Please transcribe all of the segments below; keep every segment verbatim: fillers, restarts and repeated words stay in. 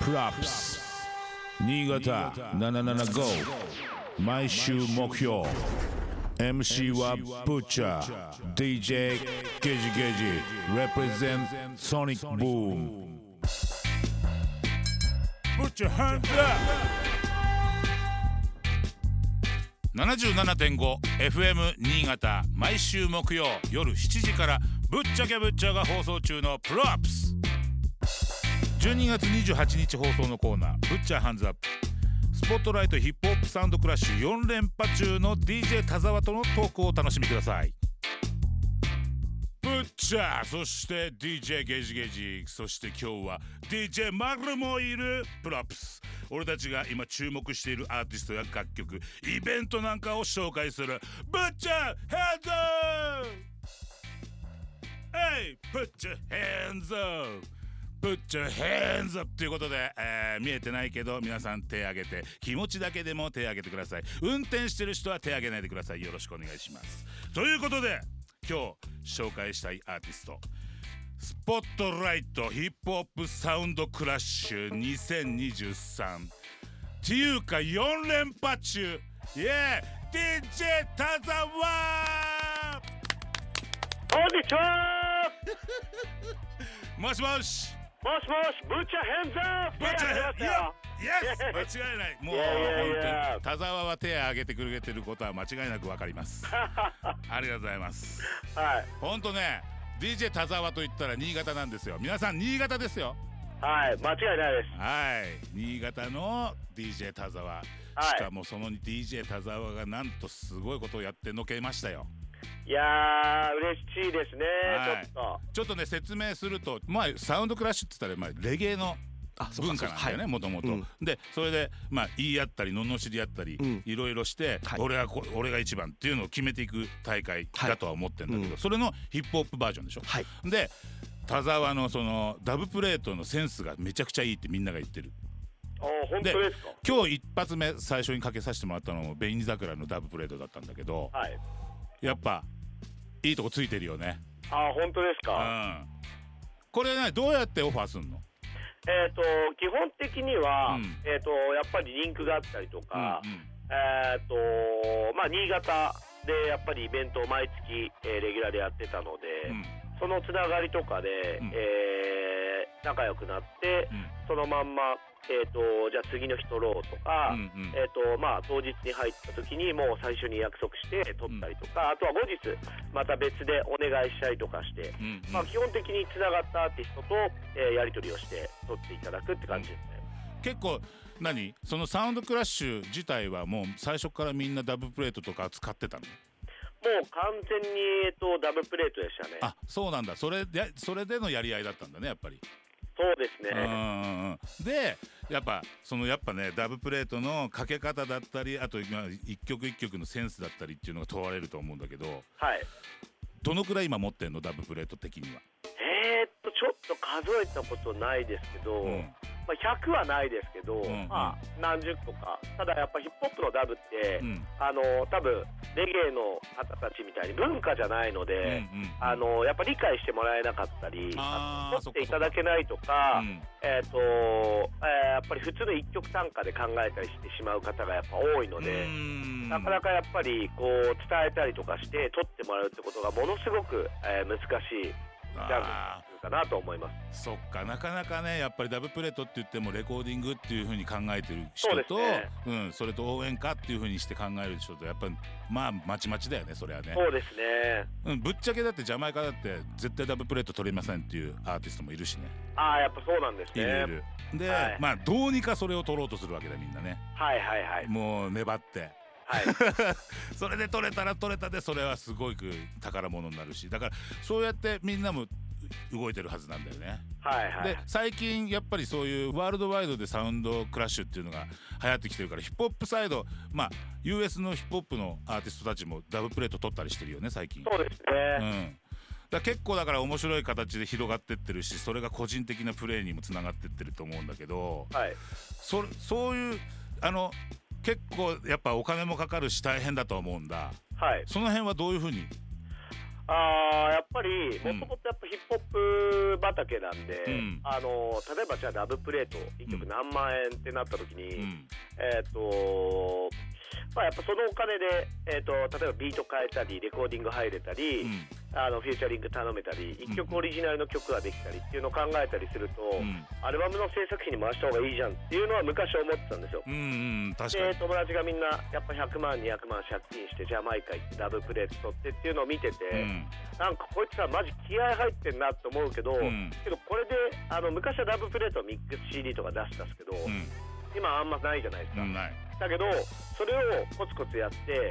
プラップス新潟ななななご毎週目標 エムシー はブッチャー ディージェー ゲジゲジ represent Sonic Boom Put your hands up ななじゅうななてんごエフエム 新潟毎週木曜夜しちじからぶっちゃけぶっちゃが放送中のプロアップスじゅうにがつにじゅうはちにち放送のコーナーぶっちゃハンズアップスポットライトヒップホップサウンドクラッシュよん連覇中の ディージェー 田沢とのトークをお楽しみください。ぶっちゃそして ディージェー ゲジゲジそして今日は ディージェー マグルもいるプロアップス俺たちが今注目しているアーティストや楽曲イベントなんかを紹介するぶっちゃヘンズアップHey put your hands up Put your hands up ということで、えー、見えてないけど皆さん手挙げて気持ちだけでも手挙げてください。運転してる人は手挙げないでください。よろしくお願いします。ということで今日紹介したいアーティストスポットライトヒップホップサウンドクラッシュにせんにじゅうさんっていうかよん連覇中イエー ディージェー 田沢こんにちはもしもしもしもしブッチャヘンズアップブッチャヘンズアップイエス間違いないもう本当に田沢は手を挙げてくれてることは間違いなく分かりますありがとうございますはい本当ね ディージェー 田沢と言ったら新潟なんですよ。皆さん新潟ですよ。 はい間違いないです。 はい新潟の ディージェー 田沢、はい、しかもその ディージェー 田沢がなんとすごいことをやってのけましたよ。 いやー嬉しいですね、はい、ちょっとちょっとね説明するとまあサウンドクラッシュって言ったら、まあ、レゲエの文化なんだよねもともとでそれでまあ言い合ったり罵り合ったり、うん、いろいろして、はい、俺はこ俺が一番っていうのを決めていく大会だとは思ってるんだけど、はい、それのヒップホップバージョンでしょ、はい、で田沢のそのダブプレートのセンスがめちゃくちゃいいってみんなが言ってる。 あ本当ですか。 今日一発目最初にかけさせてもらったのも紅桜のダブプレートだったんだけど、はい、やっぱいいとこついてるよね。 あ本当ですか、 うん、これねどうやってオファーすんの。 えーと基本的には、うん、えーとやっぱりリンクがあったりとか、うんうん、えーとまあ新潟でやっぱりイベントを毎月、えー、レギュラーでやってたので、うん、そのつながりとかで、うんえー、仲良くなって、うん、そのまんまえーとじゃあ次の日取ろうとか、うんうんえーとまあ、当日に入った時にもう最初に約束して取ったりとか、うん、あとは後日また別でお願いしたりとかして、うんうんまあ、基本的につながったアーティストと、えー、やり取りをして取っていただくって感じですね、 うん、結構何そのサウンドクラッシュ自体はもう最初からみんなダブプレートとか使ってたの。 もう完全に、えーとダブプレートでしたね。 あそうなんだ。それでそれでのやり合いだったんだねやっぱり。 そうですね。 うんうんうんでやっぱそのやっぱねダブプレートのかけ方だったりあと今一曲一曲のセンスだったりっていうのが問われると思うんだけど、はい、どのくらい今持ってんのダブプレート的には。 えー、っとちょっと数えたことないですけど、うんまあ、ひゃくはないですけど、うんうんまあ、何十個か。ただやっぱヒップホップのダブって、うん、あの多分レゲエの方たちみたいに文化じゃないので、うんうんうん、あのやっぱ理解してもらえなかったり取っていただけないとか、うんえーとえー、やっぱり普通の一曲単価で考えたりしてしまう方がやっぱ多いのでなかなかやっぱりこう伝えたりとかして取ってもらうってことがものすごく、えー、難しいジャンルかなと思います。 そっかなかなかねやっぱりダブプレートって言ってもレコーディングっていう風に考えてる人と そ,、ねうん、それと応援歌っていう風にして考える人とやっぱりまあまちまちだよねそれはね。 そうですね、 うん、ぶっちゃけだってジャマイカだって絶対ダブプレート取れませんっていうアーティストもいるしね。 ああやっぱそうなんですね。 いるいるで、はい、まあどうにかそれを取ろうとするわけだみんなね。 はいはいはいもう粘ってはい、それで取れたら取れたでそれはすごい宝物になるしだからそうやってみんなも動いてるはずなんだよね。 はいはい、 で最近やっぱりそういうワールドワイドでサウンドクラッシュっていうのが流行ってきてるからヒップホップサイドまあ ユーエス のヒップホップのアーティストたちもダブプレート取ったりしてるよね最近。 そうですね、 うんだ結構だから面白い形で広がってってるしそれが個人的なプレーにもつながってってると思うんだけど、はい、そ, そういうあの結構やっぱお金もかかるし大変だと思うんだ、はい、その辺はどういうふうにあーやっぱりもともとやっぱヒップホップ畑なんで、うん、あの例えばじゃあラブプレートいっきょく何万円ってなった時に、うん、えっ、ー、とまあやっぱそのお金で、えー、と例えばビート変えたりレコーディング入れたり、うん、あのフューチャリング頼めたりいっきょくオリジナルの曲ができたりっていうのを考えたりすると、うん、アルバムの制作費に回した方がいいじゃんっていうのは昔思ってたんですよ。 うんうん、確かに。 で友達がみんなやっぱひゃくまんにひゃくまん借金してジャマイカ行ってラブプレート取ってっていうのを見てて、うん、なんかこいつはマジ気合入ってんなと思うけど、うん、けどこれであの昔はラブプレートミックス シーディー とか出したんですけど、うん、今あんまないじゃないですか、うん、ないだけどそれをコツコツやって、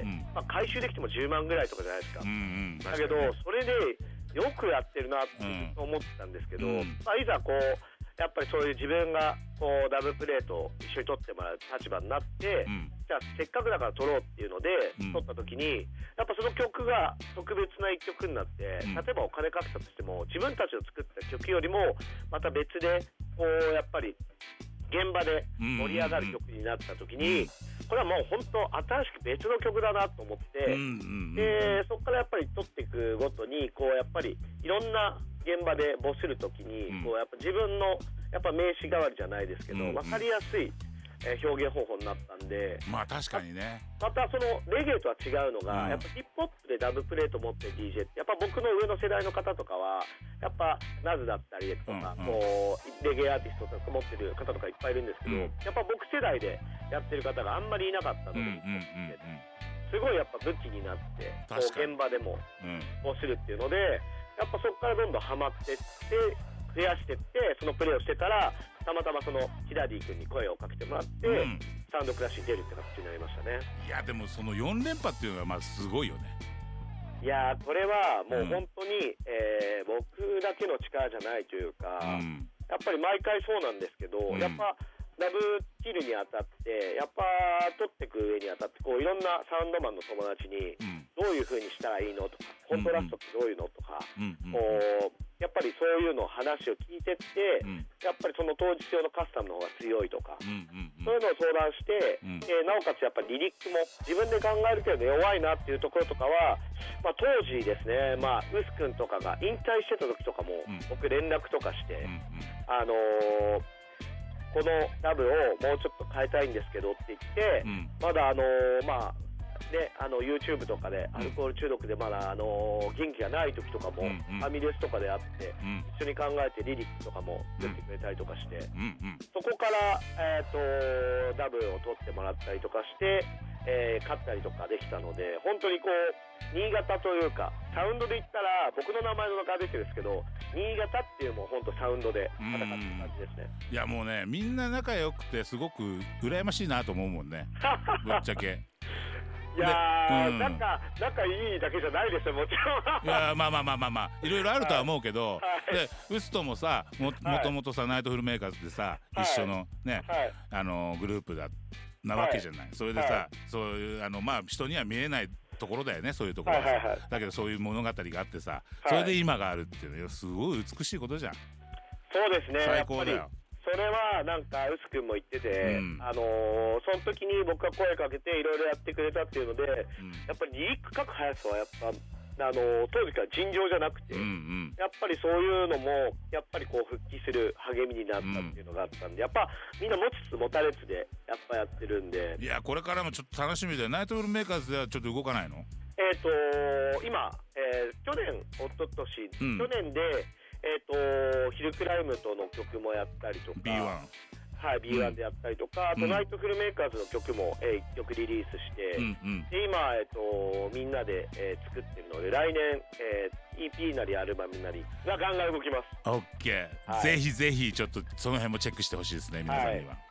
うんまあ、回収できてもじゅうまんぐらいとかじゃないですか、うんうん、だけどそれでよくやってるなって思ってたんですけど、うんまあ、いざこうやっぱりそういう自分がこうダブルプレートを一緒に撮ってもらう立場になって、うん、じゃあせっかくだから撮ろうっていうので、うん、撮った時にやっぱその曲が特別な一曲になって、うん、例えばお金かけたとしても自分たちの作った曲よりもまた別でこうやっぱり現場で盛り上がる曲になった時に、うんうんうん、これはもう本当新しく別の曲だなと思って、うんうんうん、でそこからやっぱり撮っていくごとにこうやっぱりいろんな現場でボスる時に、うん、こうやっぱ自分のやっぱ名刺代わりじゃないですけど、うんうん、分かりやすいえー、表現方法になったんで、 まあ確かにね。 またそのレゲエとは違うのが、うん、やっぱヒップホップでダブプレート持ってる ディージェー ってやっぱ僕の上の世代の方とかはやっぱナズだったりとか、うんうん、こうレゲエアーティストとか持ってる方とかいっぱいいるんですけど、うん、やっぱ僕世代でやってる方があんまりいなかったので、うんうんうんうん、すごいやっぱ武器になってこう現場でもこうするっていうのでやっぱそこからどんどんハマってって増やしてってそのプレーをしてたらたまたまそのキラディ君に声をかけてもらって、うん、サウンドクラッシュに出るって形になりましたね。 いやでもそのよん連覇っていうのがまあすごいよね。 いやこれはもう本当に、うんえー、僕だけの力じゃないというか、うん、やっぱり毎回そうなんですけど、うん、やっぱラブキルにあたってやっぱ取っていく上にあたってこういろんなサウンドマンの友達にどういう風にしたらいいのとか、うん、コントラストってどういうのとか、うんうん、こうやっぱりそういうの話を聞いてって、うん、やっぱりその当日用のカスタムの方が強いとか、うんうんうん、そういうのを相談して、うんえー、なおかつやっぱりリリックも自分で考えるけど弱いなっていうところとかは、まあ、当時ですね、まあ、ウス君とかが引退してた時とかも、うん、僕連絡とかして、うんうん、あのーこのラブをもうちょっと変えたいんですけどって言って、うん、まだあのー、まあね、あの YouTube とかでアルコール中毒でまだ、あのー、元気がない時とかも、うんうん、ファミレスとかであって、うん、一緒に考えてリリックとかも作ってくれたりとかして、うんうんうん、そこから、えーと、ダブを取ってもらったりとかして、えー、勝ったりとかできたので本当にこう新潟というかサウンドで言ったら僕の名前の中でですけど新潟っていうもう本当サウンドで戦ってる感じですね。 いやもうねみんな仲良くてすごく羨ましいなと思うもんねぶっちゃけいやー、うん、なんか仲いいだけじゃないですよもちろんいやまあまあまあまあまあいろいろあるとは思うけど、はいはい、でウスともさ も, もともとさナイトフルメーカーズでさ、はい、一緒のね、はい、あのグループだなわけじゃない、はい、それでさ、はい、そういうあのまあ人には見えないところだよねそういうところはさ、はいはいはい、だけどそういう物語があってさ、はい、それで今があるっていうのはすごい美しいことじゃん。 そうですね最高だよ。 それはなんかウス君も言ってて、うん、あのー、その時に僕が声かけていろいろやってくれたっていうので、うん、やっぱりリリック書く速さはやっぱあのー、当時から尋常じゃなくて、うんうん、やっぱりそういうのもやっぱりこう復帰する励みになったっていうのがあったんで、やっぱみんな持ちつ持たれつでやっぱやってるんで、 いやこれからもちょっと楽しみでナイトフルメーカーズではちょっと動かないの？ えっ、ー、と今、えー、去年おととし、うん、去年でえー、とヒルクライムとの曲もやったりとかビーワンはい ビーワン でやったりとか、うん、あとナイトフルメーカーズの曲も、えー、いっきょくリリースして、うんうん、で今、えー、とみんなで、えー、作ってるので来年、えー、イーピー なりアルバムなりがガンガン動きます。 オッケー、はい、ぜひぜひちょっとその辺もチェックしてほしいですね皆さんには、はい、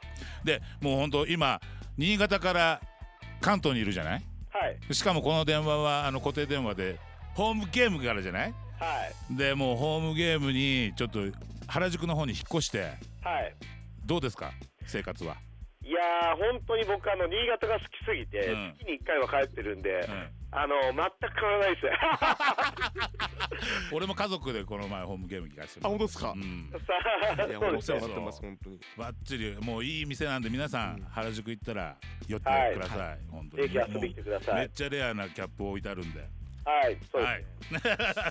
でもう本当今新潟から関東にいるじゃない、はい、しかもこの電話はあの固定電話でホームゲームからじゃない、はい、でもうホームゲームにちょっと原宿の方に引っ越して、はい、どうですか生活は？ いやー本当に僕あの新潟が好きすぎて、うん、月にいっかいは帰ってるんで、うん、あの全く変わらないですよ俺も家族でこの前ホームゲーム行かせてもらって。 あ本当ですか？うん、いやお世話になってます本当に。 バッチリもういい店なんで皆さん、うん、原宿行ったら寄ってください、はい、本当にぜひ遊びに来てください。 めっちゃレアなキャップ置いてあるんではい、そうですね、 はい、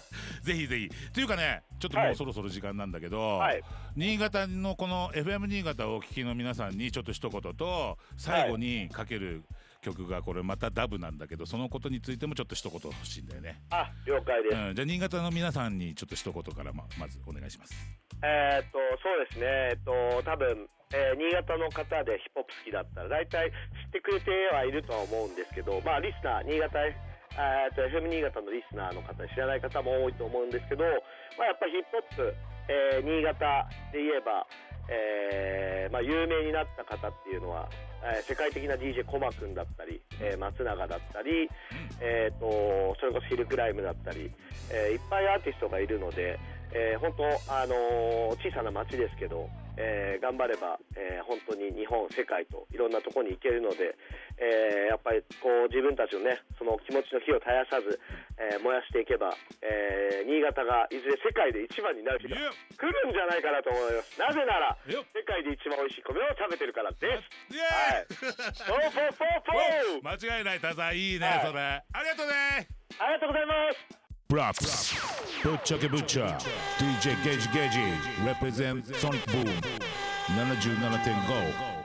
ぜひぜひというかね、ちょっともうそろそろ時間なんだけど、はい、新潟のこの エフエム 新潟をお聞きの皆さんにちょっと一言と、最後にかける曲がこれまたダブなんだけど、そのことについてもちょっと一言欲しいんだよね。 あ、了解です、 うん、じゃあ新潟の皆さんにちょっと一言から ま, まずお願いします。 えー、っとそうですね、えっと多分、えー、新潟の方でヒップホップ好きだったら大体知ってくれてはいるとは思うんですけど、まあリスナー、新潟、えー、っと エフエム 新潟のリスナーの方知らない方も多いと思うんですけど、まあ、やっぱりヒップホップ、えー、新潟で言えば、えーまあ、有名になった方っていうのは、えー、世界的な ディージェー コマくんだったり、えー、松永だったり、えー、とそれこそヒルクライムだったり、えー、いっぱいアーティストがいるので、えー、本当、あのー、小さな町ですけど、えー、頑張れば、えー、本当に日本、世界といろんなところに行けるので、えー、やっぱりこう自分たちのね、その気持ちの火を絶やさず、えー、燃やしていけば、えー、新潟がいずれ世界で一番になる日が来るんじゃないかなと思います。なぜなら世界で一番美味しい米を食べてるからです。はい。フォーフォーフォーフォー。 間違いない、タザいいね、はい、それ。ありがとうね。 ありがとうございます。 Props Butcher ke Butcherディージェー Gage Gage Represent Sonic Boom ななじゅうななてんご